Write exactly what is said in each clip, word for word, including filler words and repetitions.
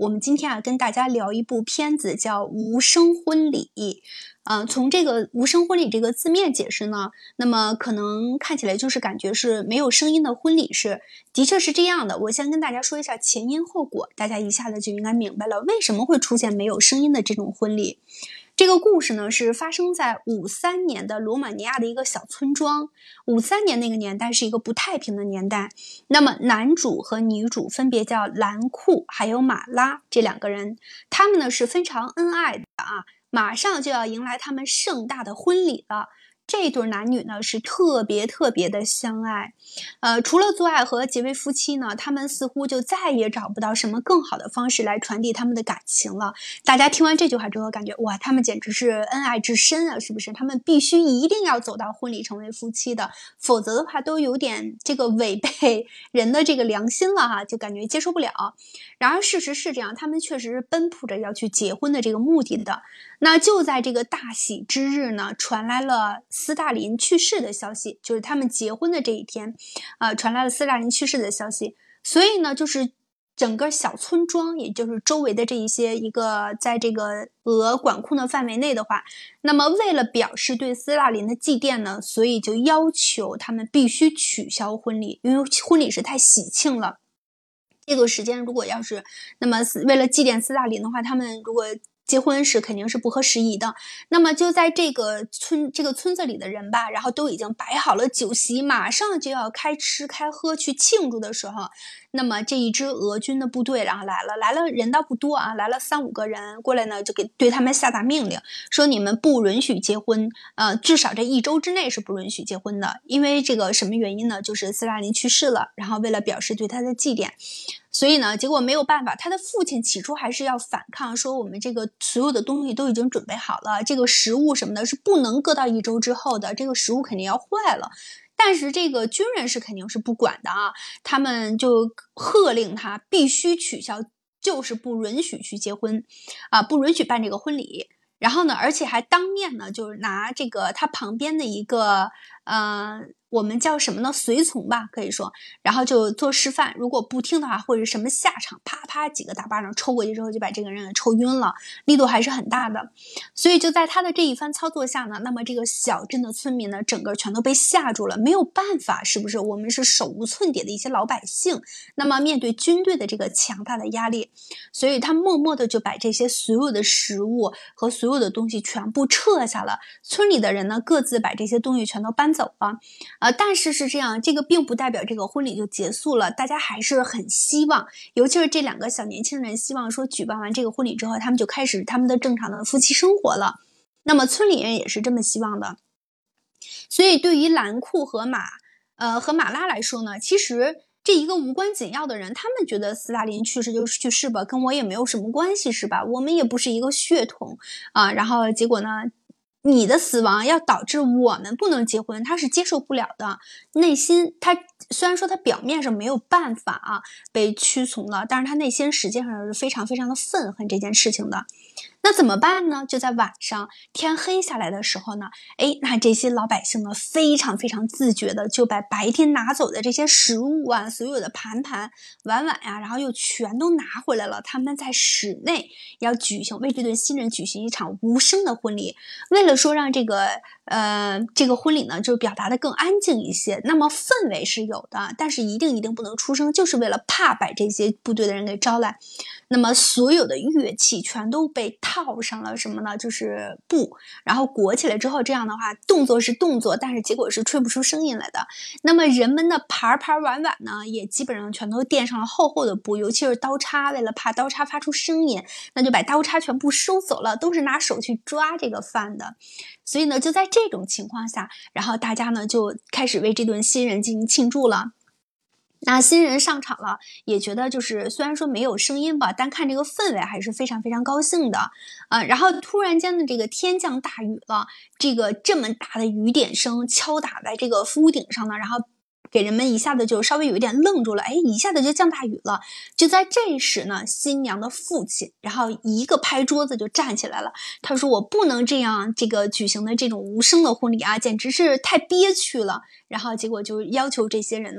我们今天啊跟大家聊一部片子叫《无声婚礼》。呃，从这个无声婚礼这个字面解释呢，那么可能看起来就是感觉是没有声音的婚礼是，的确是这样的。我先跟大家说一下前因后果，大家一下子就应该明白了为什么会出现没有声音的这种婚礼。这个故事呢是发生在五三年的罗马尼亚的一个小村庄。五三年那个年代是一个不太平的年代，那么男主和女主分别叫兰库还有马拉这两个人，他们呢是非常恩爱的啊，马上就要迎来他们盛大的婚礼了。这对男女呢是特别特别的相爱，呃，除了做爱和结为夫妻呢，他们似乎就再也找不到什么更好的方式来传递他们的感情了。大家听完这句话之后感觉哇，他们简直是恩爱至深啊，是不是？他们必须一定要走到婚礼成为夫妻的，否则的话都有点这个违背人的这个良心了哈，就感觉接受不了。然而事实是这样，他们确实是奔赴着要去结婚的这个目的的。那就在这个大喜之日呢，传来了斯大林去世的消息，就是他们结婚的这一天，呃，传来了斯大林去世的消息。所以呢，就是整个小村庄，也就是周围的这一些一个在这个俄管控的范围内的话，那么为了表示对斯大林的祭奠呢，所以就要求他们必须取消婚礼，因为婚礼是太喜庆了。这个时间如果要是那么为了祭奠斯大林的话，他们如果结婚是肯定是不合时宜的。那么就在这个村这个村子里的人吧，然后都已经摆好了酒席，马上就要开吃开喝去庆祝的时候，那么这一支俄军的部队然后来了，来了人倒不多啊，来了三五个人过来呢，就给对他们下达命令，说你们不允许结婚，呃，至少这一周之内是不允许结婚的。因为这个什么原因呢？就是斯大林去世了，然后为了表示对他的祭奠。所以呢，结果没有办法，他的父亲起初还是要反抗，说我们这个所有的东西都已经准备好了，这个食物什么的是不能搁到一周之后的，这个食物肯定要坏了。但是这个军人是肯定是不管的啊，他们就喝令他必须取消，就是不允许去结婚啊，不允许办这个婚礼。然后呢，而且还当面呢，就是拿这个他旁边的一个呃。我们叫什么呢？随从吧，可以说，然后就做示范，如果不听的话，会是什么下场？啪啪几个大巴掌抽过去之后，就把这个人给抽晕了，力度还是很大的。所以就在他的这一番操作下呢，那么这个小镇的村民呢，整个全都被吓住了，没有办法，是不是？我们是手无寸铁的一些老百姓，那么面对军队的这个强大的压力，所以他默默的就把这些所有的食物和所有的东西全部撤下了。村里的人呢，各自把这些东西全都搬走了。呃，但是是这样，这个并不代表这个婚礼就结束了，大家还是很希望，尤其是这两个小年轻人希望说举办完这个婚礼之后，他们就开始他们的正常的夫妻生活了。那么村里人也是这么希望的。所以对于兰库和马呃和马拉来说呢，其实这一个无关紧要的人，他们觉得斯大林去世就去世吧，跟我也没有什么关系是吧？我们也不是一个血统啊，然后结果呢，你的死亡要导致我们不能结婚，他是接受不了的。内心他虽然说他表面上没有办法啊被屈从了，但是他内心实际上是非常非常的愤恨这件事情的。那怎么办呢？就在晚上天黑下来的时候呢，诶，那这些老百姓呢非常非常自觉的就把白天拿走的这些食物啊，所有的盘盘碗碗呀、啊，然后又全都拿回来了。他们在室内要举行为这对新人举行一场无声的婚礼，为了说让这个呃这个婚礼呢就表达的更安静一些，那么氛围是有的，但是一定一定不能出声，就是为了怕把这些部队的人给招来。那么所有的乐器全都被套上了什么呢？就是布，然后裹起来之后，这样的话动作是动作，但是结果是吹不出声音来的。那么人们的盘盘碗碗呢，也基本上全都垫上了厚厚的布，尤其是刀叉，为了怕刀叉发出声音，那就把刀叉全部收走了，都是拿手去抓这个饭的。所以呢，就在这种情况下，然后大家呢就开始为这顿新人进行庆祝了。那新人上场了，也觉得就是虽然说没有声音吧，但看这个氛围还是非常非常高兴的。呃，然后突然间的这个天降大雨了，这个这么大的雨点声敲打在这个屋顶上呢，然后给人们一下子就稍微有一点愣住了，哎，一下子就降大雨了。就在这时呢，新娘的父亲然后一个拍桌子就站起来了，他说我不能这样这个举行的这种无声的婚礼啊，简直是太憋屈了。然后结果就要求这些人呢，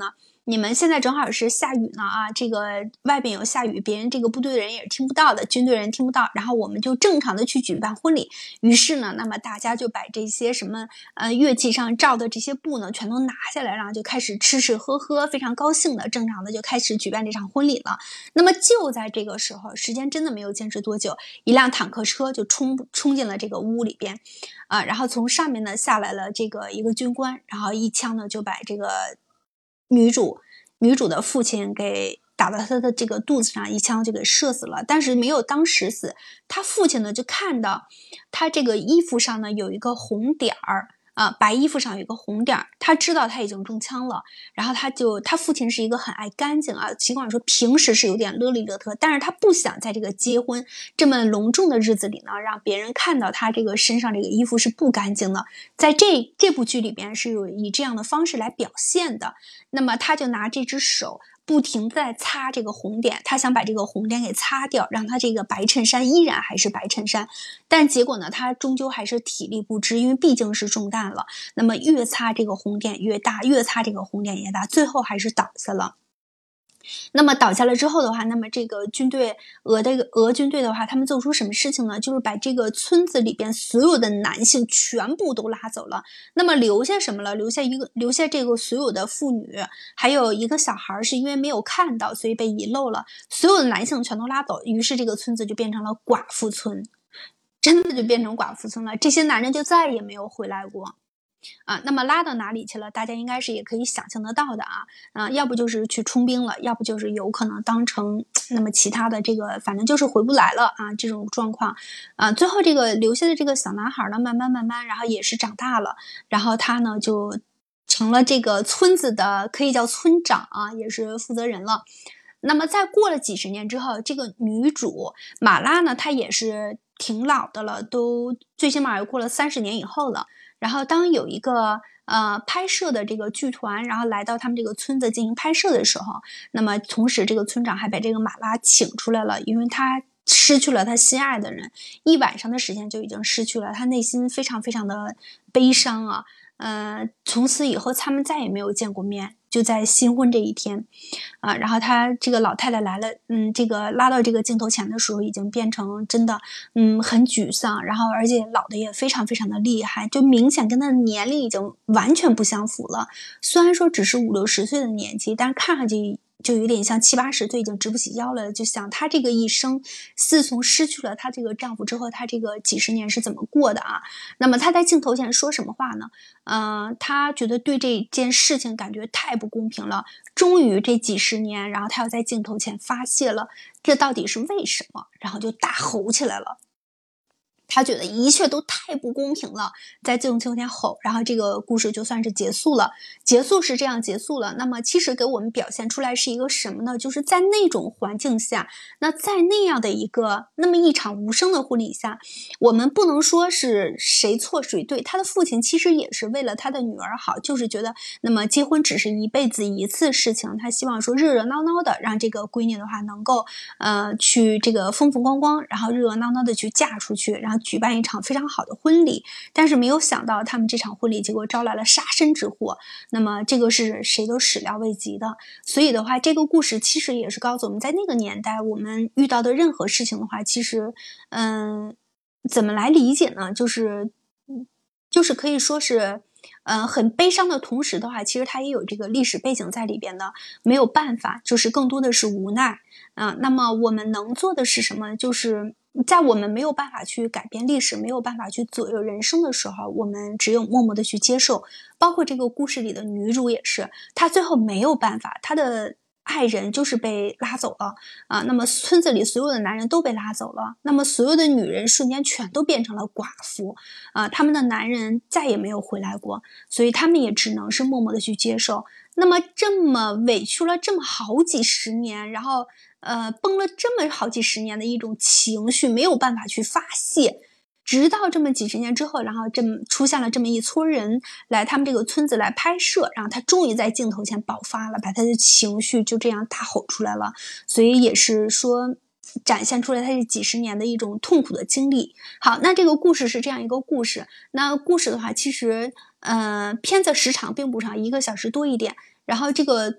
你们现在正好是下雨呢啊，这个外边有下雨，别人这个部队的人也是听不到的，军队人听不到，然后我们就正常的去举办婚礼。于是呢，那么大家就把这些什么呃乐器上罩的这些布呢，全都拿下来，然后就开始吃吃喝喝，非常高兴的，正常的就开始举办这场婚礼了。那么就在这个时候，时间真的没有坚持多久，一辆坦克车就冲冲进了这个屋里边，啊，然后从上面呢下来了这个一个军官，然后一枪呢就把这个女主女主的父亲给打到他的这个肚子上，一枪就给射死了，但是没有当时死。他父亲呢就看到他这个衣服上呢有一个红点儿啊，白衣服上有一个红点儿，他知道他已经中枪了，然后他就他父亲是一个很爱干净啊，尽管说平时是有点勒里勒特，但是他不想在这个结婚这么隆重的日子里呢，让别人看到他这个身上这个衣服是不干净的。在这这部剧里边是有以这样的方式来表现的。那么他就拿这只手不停在擦这个红点，他想把这个红点给擦掉，让他这个白衬衫依然还是白衬衫。但结果呢，他终究还是体力不支，因为毕竟是中弹了。那么越擦这个红点越大，越擦这个红点越大，最后还是倒下了。那么倒下了之后的话，那么这个军队俄的俄军队的话，他们做出什么事情呢？就是把这个村子里边所有的男性全部都拉走了。那么留下什么了？留下一个留下这个所有的妇女，还有一个小孩是因为没有看到，所以被遗漏了。所有的男性全都拉走，于是这个村子就变成了寡妇村，真的就变成寡妇村了。这些男人就再也没有回来过。啊，那么拉到哪里去了？大家应该是也可以想象得到的啊，啊，要不就是去充兵了，要不就是有可能当成那么其他的这个，反正就是回不来了啊，这种状况，啊，最后这个留下的这个小男孩呢，慢慢慢慢，然后也是长大了，然后他呢就成了这个村子的，可以叫村长啊，也是负责人了。那么在过了几十年之后，这个女主马拉呢，她也是挺老的了，都最起码又过了三十年以后了。然后当有一个呃拍摄的这个剧团，然后来到他们这个村子进行拍摄的时候，那么同时这个村长还把这个马拉请出来了，因为他失去了他心爱的人，一晚上的时间就已经失去了，他内心非常非常的悲伤啊。呃，从此以后他们再也没有见过面，就在新婚这一天啊，然后他这个老太太来了，嗯，这个拉到这个镜头前的时候，已经变成真的，嗯，很沮丧，然后而且老的也非常非常的厉害，就明显跟他的年龄已经完全不相符了。虽然说只是五六十岁的年纪，但是看上去就有点像七八十岁已经直不起腰了。就想她这个一生，自从失去了她这个丈夫之后，她这个几十年是怎么过的啊？那么她在镜头前说什么话呢？嗯、呃，她觉得对这件事情感觉太不公平了。终于这几十年，然后她要在镜头前发泄了，这到底是为什么？然后就大吼起来了。他觉得一切都太不公平了，在镜头前吼，然后这个故事就算是结束了。结束是这样结束了，那么其实给我们表现出来是一个什么呢？就是在那种环境下，那在那样的一个那么一场无声的婚礼下，我们不能说是谁错谁对。他的父亲其实也是为了他的女儿好，就是觉得那么结婚只是一辈子一次事情，他希望说热热闹闹的让这个闺女的话能够呃去这个风风光光，然后热热闹闹的去嫁出去，然后举办一场非常好的婚礼。但是没有想到他们这场婚礼结果招来了杀身之祸，那么这个是谁都始料未及的。所以的话，这个故事其实也是告诉我们，在那个年代我们遇到的任何事情的话，其实嗯，怎么来理解呢？就是就是可以说是呃，很悲伤的同时的话，其实它也有这个历史背景在里边的，没有办法，就是更多的是无奈啊、呃。那么我们能做的是什么？就是在我们没有办法去改变历史，没有办法去左右人生的时候，我们只有默默的去接受。包括这个故事里的女主也是，她最后没有办法，她的爱人就是被拉走了啊。那么村子里所有的男人都被拉走了，那么所有的女人瞬间全都变成了寡妇啊，他们的男人再也没有回来过，所以他们也只能是默默的去接受。那么这么委屈了这么好几十年，然后呃绷了这么好几十年的一种情绪，没有办法去发泄。直到这么几十年之后，然后这么出现了这么一撮人来他们这个村子来拍摄，然后他终于在镜头前爆发了，把他的情绪就这样大吼出来了。所以也是说展现出来他这几十年的一种痛苦的经历。好，那这个故事是这样一个故事。那故事的话，其实呃片子时长并不长，一个小时多一点。然后这个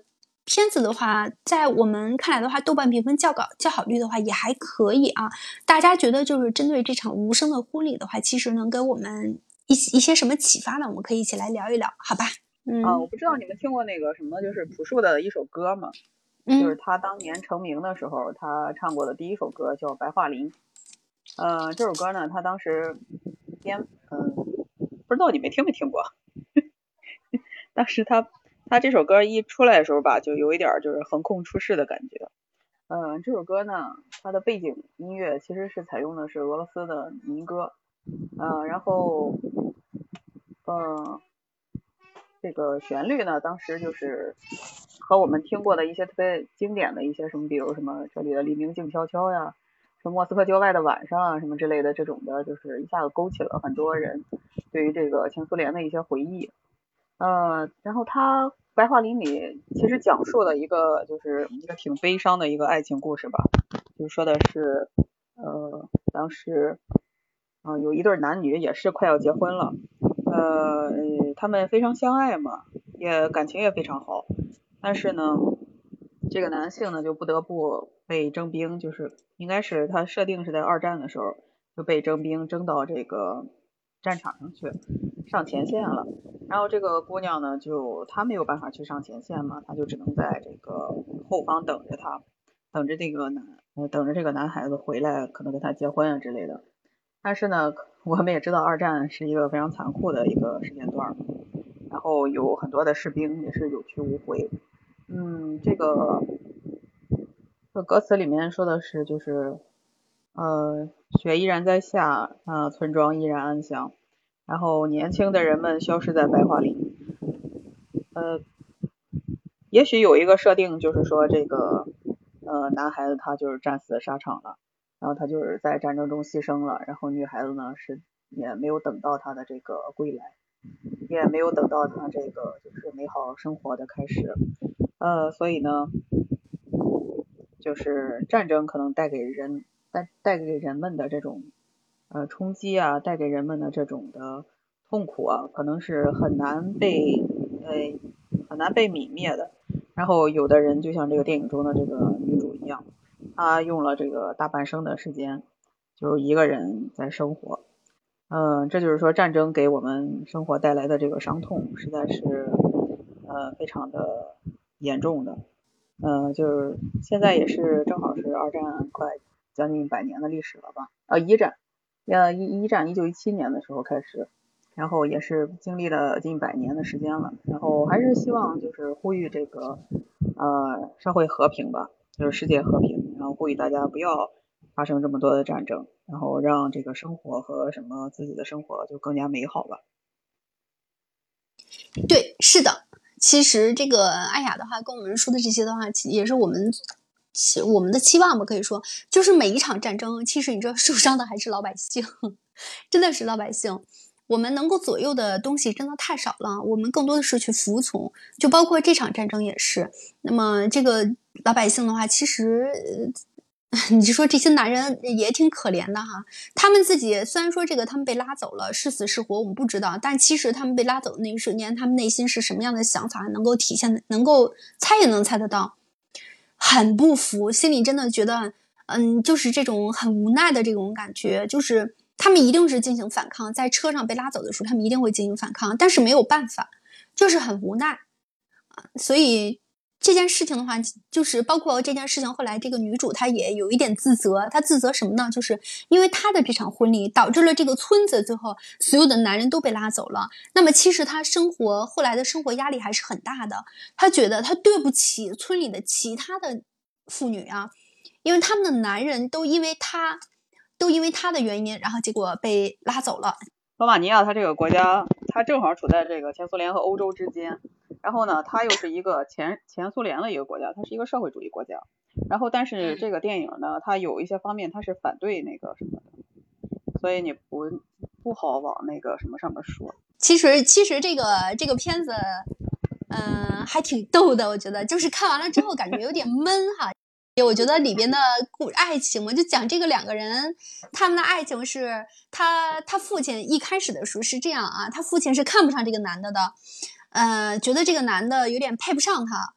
片子的话，在我们看来的话，豆瓣评分较高、较好率的话也还可以啊。大家觉得就是针对这场无声的婚礼的话，其实能给我们一一些什么启发呢？我们可以一起来聊一聊，好吧？嗯啊，我不知道你们听过那个什么，就是朴树的一首歌吗？就是嗯他当年成名的时候，他唱过的第一首歌叫《白桦林》。呃，这首歌呢，他当时编，嗯、不知道你们听没听过？当时他他这首歌一出来的时候吧，就有一点儿就是横空出世的感觉。嗯、这首歌呢，它的背景音乐其实是采用的是俄罗斯的民歌，呃，然后，呃，这个旋律呢，当时就是和我们听过的一些特别经典的一些什么，比如什么这里的黎明静悄悄呀，什么莫斯科郊外的晚上啊，什么之类的这种的，就是一下子勾起了很多人对于这个前苏联的一些回忆。呃，然后他白桦林里其实讲述了一个就是一个挺悲伤的一个爱情故事吧，就是说的是呃当时啊、呃有一对男女也是快要结婚了，呃他们非常相爱嘛，也感情也非常好，但是呢这个男性呢就不得不被征兵，就是应该是他设定是在二战的时候就被征兵征到这个战场上去上前线了。然后这个姑娘呢，就她没有办法去上前线嘛，她就只能在这个后方等着他，等着这个男，呃，等着这个男孩子回来，可能跟他结婚啊之类的。但是呢，我们也知道二战是一个非常残酷的一个时间段，然后有很多的士兵也是有去无回。嗯，这个这歌词里面说的是就是，呃，雪依然在下，啊、呃，村庄依然安详，然后年轻的人们消失在白桦林。呃，也许有一个设定，就是说这个呃男孩子他就是战死沙场了，然后他就是在战争中牺牲了，然后女孩子呢是也没有等到他的这个归来，也没有等到他这个就是美好生活的开始。呃，所以呢，就是战争可能带给人带带给人们的这种呃冲击啊，带给人们的这种的痛苦啊，可能是很难被呃很难被泯灭的。然后有的人就像这个电影中的这个女主一样，她用了这个大半生的时间，就一个人在生活。嗯、呃，这就是说战争给我们生活带来的这个伤痛，实在是呃非常的严重的。嗯、呃，就是现在也是正好是二战快将近百年的历史了吧？呃，一战，呃一一战一九一七年的时候开始，然后也是经历了近百年的时间了，然后还是希望就是呼吁这个呃社会和平吧，就是世界和平，然后呼吁大家不要发生这么多的战争，然后让这个生活和什么自己的生活就更加美好吧。 对，是的。其实这个艾雅的话跟我们说的这些的话，其也是我们期我们的期望吧，可以说就是每一场战争，其实你知道受伤的还是老百姓，真的是老百姓。我们能够左右的东西真的太少了，我们更多的是去服从，就包括这场战争也是。那么这个老百姓的话，其实你就说这些男人也挺可怜的哈，他们自己虽然说这个他们被拉走了，是死是活我们不知道，但其实他们被拉走的那一瞬间，他们内心是什么样的想法，能够体现，能够猜也能猜得到，很不服，心里真的觉得，嗯，就是这种很无奈的这种感觉，就是他们一定是进行反抗，在车上被拉走的时候，他们一定会进行反抗，但是没有办法，就是很无奈啊，所以。这件事情的话，就是包括这件事情，后来这个女主她也有一点自责，她自责什么呢？就是因为她的这场婚礼导致了这个村子最后所有的男人都被拉走了。那么其实她生活后来的生活压力还是很大的，她觉得她对不起村里的其他的妇女啊，因为他们的男人都因为她，都因为她的原因，然后结果被拉走了。 罗马尼亚它这个国家，它正好处在这个前苏联和欧洲之间，然后呢，它又是一个前前苏联的一个国家，它是一个社会主义国家。然后，但是这个电影呢，它有一些方面它是反对那个什么的，所以你不不好往那个什么上面说。 其实，其实这个这个片子，嗯、呃，还挺逗的，我觉得，就是看完了之后感觉有点闷哈。我觉得里边的故爱情嘛，就讲这个两个人，他们的爱情是他他父亲一开始的时候是这样啊，他父亲是看不上这个男的的，呃，觉得这个男的有点配不上他，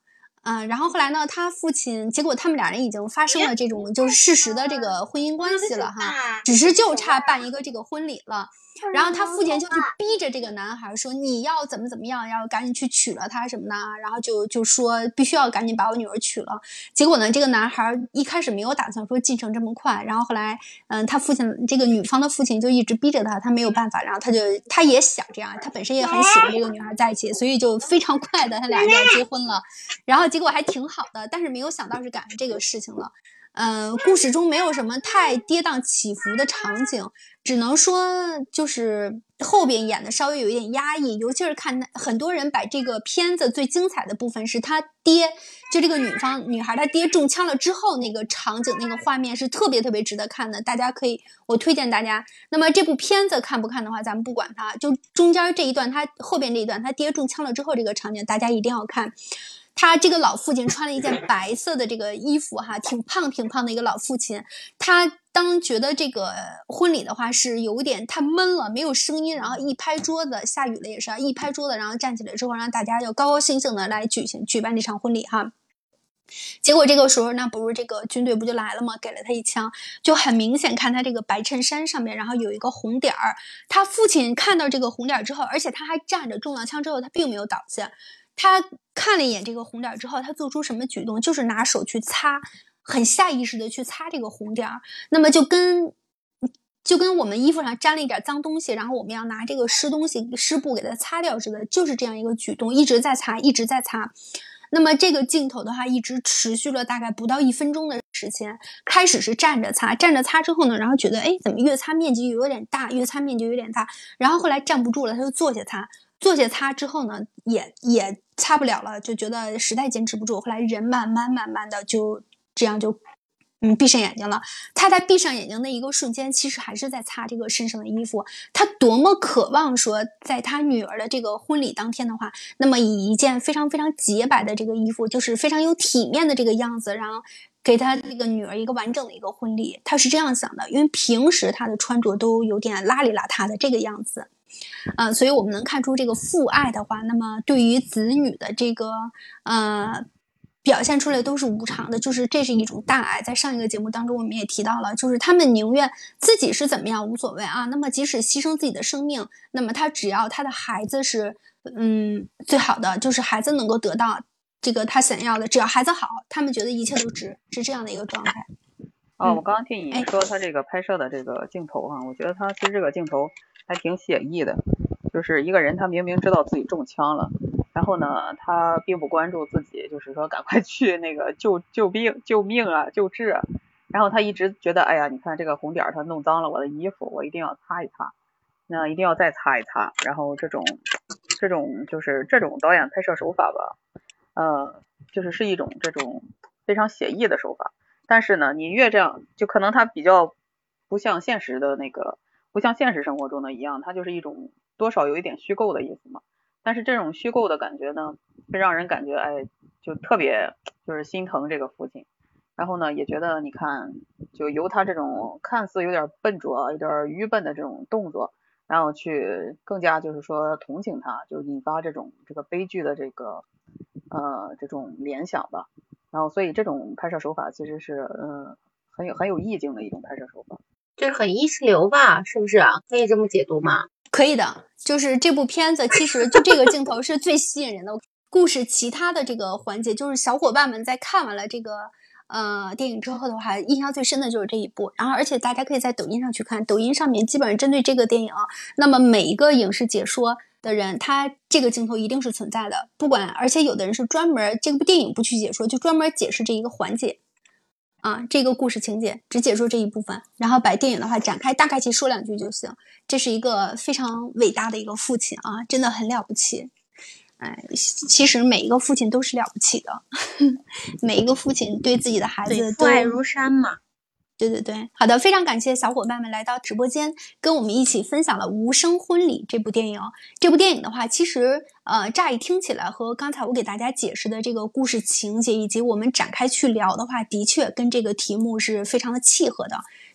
嗯、呃，然后后来呢，他父亲结果他们俩人已经发生了这种就是事实的这个婚姻关系了哈，只是就差办一个这个婚礼了。然后他父亲就去逼着这个男孩说你要怎么怎么样，要赶紧去娶了她什么的，然后就就说必须要赶紧把我女儿娶了。结果呢，这个男孩一开始没有打算说进程这么快，然后后来嗯，他父亲这个女方的父亲就一直逼着他，他没有办法，然后他就他也想这样，他本身也很喜欢这个女孩在一起，所以就非常快的他俩就要结婚了，然后结果还挺好的，但是没有想到是赶上这个事情了。嗯、呃，故事中没有什么太跌宕起伏的场景，只能说就是后边演的稍微有一点压抑，尤其是看很多人把这个片子最精彩的部分是他爹，就这个女方女孩她爹中枪了之后那个场景那个画面是特别特别值得看的，大家可以我推荐大家。那么这部片子看不看的话咱们不管它，就中间这一段他后边这一段他爹中枪了之后这个场景大家一定要看。他这个老父亲穿了一件白色的这个衣服哈，挺胖挺胖的一个老父亲，他当觉得这个婚礼的话是有点太闷了，没有声音，然后一拍桌子，下雨了也是一拍桌子，然后站起来之后让大家要高高兴兴的来举行举办这场婚礼哈。结果这个时候那不是这个军队不就来了吗，给了他一枪，就很明显看他这个白衬衫上面然后有一个红点儿，他父亲看到这个红点之后，而且他还站着，中了枪之后他并没有倒下，他看了一眼这个红点之后他做出什么举动，就是拿手去擦，很下意识的去擦这个红点，那么就跟就跟我们衣服上沾了一点脏东西，然后我们要拿这个湿东西湿布给它擦掉似的，就是这样一个举动，一直在擦一直在擦。那么这个镜头的话一直持续了大概不到一分钟的时间，开始是站着擦，站着擦之后呢，然后觉得哎，怎么越擦面积有点大，越擦面积有点大，然后后来站不住了，他就坐下擦，坐下擦之后呢也也擦不了了，就觉得实在坚持不住，后来人慢慢慢慢的就这样就嗯，闭上眼睛了。他在闭上眼睛的一个瞬间其实还是在擦这个身上的衣服，他多么渴望说在他女儿的这个婚礼当天的话，那么以一件非常非常洁白的这个衣服，就是非常有体面的这个样子，然后给他这个女儿一个完整的一个婚礼，他是这样想的，因为平时他的穿着都有点邋里邋遢的这个样子。呃，所以我们能看出这个父爱的话，那么对于子女的这个呃表现出来都是无偿的，就是这是一种大爱。在上一个节目当中我们也提到了，就是他们宁愿自己是怎么样无所谓啊，那么即使牺牲自己的生命，那么他只要他的孩子是嗯最好的，就是孩子能够得到这个他想要的，只要孩子好，他们觉得一切都值，是这样的一个状态。 哦，我刚刚听你说他这个拍摄的这个镜头哈、啊，我觉得他其实这个镜头还挺写意的，就是一个人他明明知道自己中枪了，然后呢他并不关注自己，就是说赶快去那个救救病救命啊救治啊，然后他一直觉得哎呀你看这个红点他弄脏了我的衣服，我一定要擦一擦，那一定要再擦一擦，然后这种这种就是这种导演拍摄手法吧，呃就是是一种这种非常写意的手法。但是呢，你越这样，就可能它比较不像现实的那个，不像现实生活中的一样，它就是一种多少有一点虚构的意思嘛。但是这种虚构的感觉呢，会让人感觉哎，就特别就是心疼这个父亲。然后呢，也觉得你看，就由他这种看似有点笨拙、有点愚笨的这种动作，然后去更加就是说同情他，就引发这种这个悲剧的这个呃这种联想吧。然后所以这种拍摄手法其实是呃很有很有意境的一种拍摄手法， 就是很意识流吧，是不是啊？可以这么解读吗？ 可以的，就是这部片子其实就这个镜头是最吸引人的。故事其他的这个环节，就是小伙伴们在看完了这个呃电影之后的话，印象最深的就是这一部。然后而且大家可以在抖音上去看，抖音上面基本上针对这个电影，那么每一个影视解说的人，他这个镜头一定是存在的，不管，而且有的人是专门这部电影不去解说，就专门解释这一个环节啊，这个故事情节只解说这一部分，然后把电影的话展开大概去说两句就行。这是一个非常伟大的一个父亲啊，真的很了不起。哎，其实每一个父亲都是了不起的，每一个父亲对自己的孩子都父爱如山嘛。 对对对，好的，非常感谢小伙伴们来到直播间，跟我们一起分享了《无声婚礼》这部电影。这部电影的话，其实呃，乍一听起来和刚才我给大家解释的这个故事情节，以及我们展开去聊的话，的确跟这个题目是非常的契合的。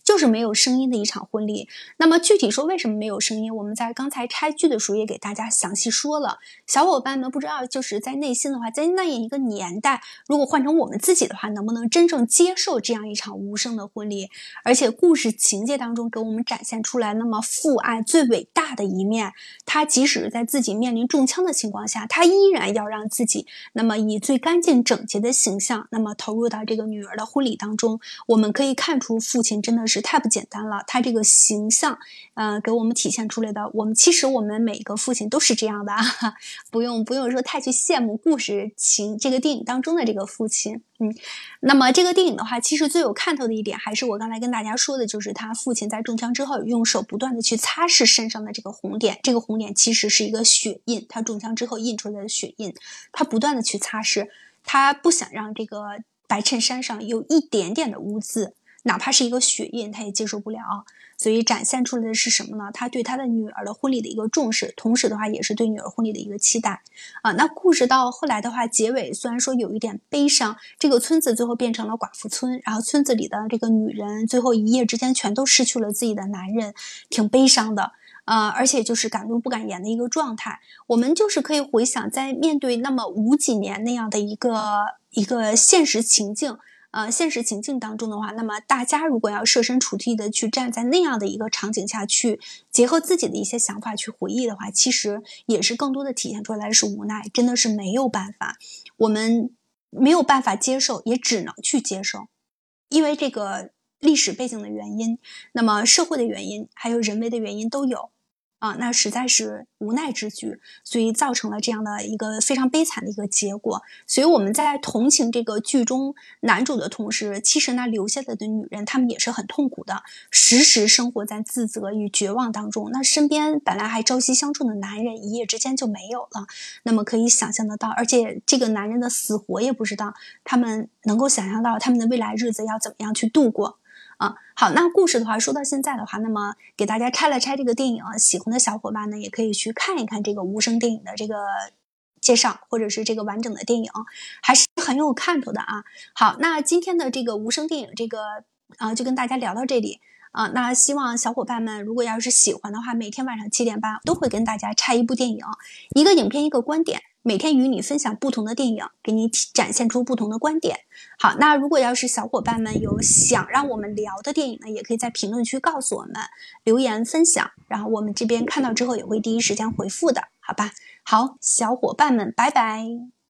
就是没有声音的一场婚礼。那么具体说为什么没有声音，我们在刚才拆剧的时候也给大家详细说了。小伙伴们不知道就是在内心的话，在那样一个年代，如果换成我们自己的话，能不能真正接受这样一场无声的婚礼？而且故事情节当中给我们展现出来那么父爱最伟大的一面，他即使在自己面临中枪的情况下，他依然要让自己那么以最干净整洁的形象那么投入到这个女儿的婚礼当中。我们可以看出父亲真的是太不简单了，他这个形象呃，给我们体现出来的，我们其实我们每一个父亲都是这样的啊，不用不用说太去羡慕故事情这个电影当中的这个父亲。嗯，那么这个电影的话，其实最有看头的一点还是我刚才跟大家说的，就是他父亲在中枪之后用手不断的去擦拭身上的这个红点，这个红点其实是一个血印，他中枪之后印出来的血印，他不断的去擦拭，他不想让这个白衬衫上有一点点的污渍，哪怕是一个血印他也接受不了。所以展现出来的是什么呢？他对他的女儿的婚礼的一个重视，同时的话也是对女儿婚礼的一个期待啊。那故事到后来的话，结尾虽然说有一点悲伤，这个村子最后变成了寡妇村，然后村子里的这个女人最后一夜之间全都失去了自己的男人，挺悲伤的。呃，而且就是敢怒不敢言的一个状态。我们就是可以回想，在面对那么五几年那样的一个一个现实情境。呃，现实情境当中的话，那么大家如果要设身处地的去站在那样的一个场景下去，结合自己的一些想法去回忆的话，其实也是更多的体现出来的是无奈，真的是没有办法，我们没有办法接受，也只能去接受，因为这个历史背景的原因，那么社会的原因，还有人为的原因都有。啊，那实在是无奈之举，所以造成了这样的一个非常悲惨的一个结果。所以我们在同情这个剧中男主的同时，其实那留下来的女人，她们也是很痛苦的，时时生活在自责与绝望当中。那身边本来还朝夕相处的男人，一夜之间就没有了。那么可以想象得到，而且这个男人的死活也不知道，他们能够想象到他们的未来日子要怎么样去度过。啊，好，那故事的话说到现在的话，那么给大家拆了拆这个电影，喜欢的小伙伴呢也可以去看一看这个无声电影的这个介绍，或者是这个完整的电影，还是很有看头的啊。好，那今天的这个无声电影这个啊就跟大家聊到这里啊，那希望小伙伴们如果要是喜欢的话，每天晚上七点半都会跟大家拆一部电影，一个影片一个观点，每天与你分享不同的电影，给你展现出不同的观点。好，那如果要是小伙伴们有想让我们聊的电影呢，也可以在评论区告诉我们，留言分享，然后我们这边看到之后也会第一时间回复的，好吧？好，小伙伴们，拜拜。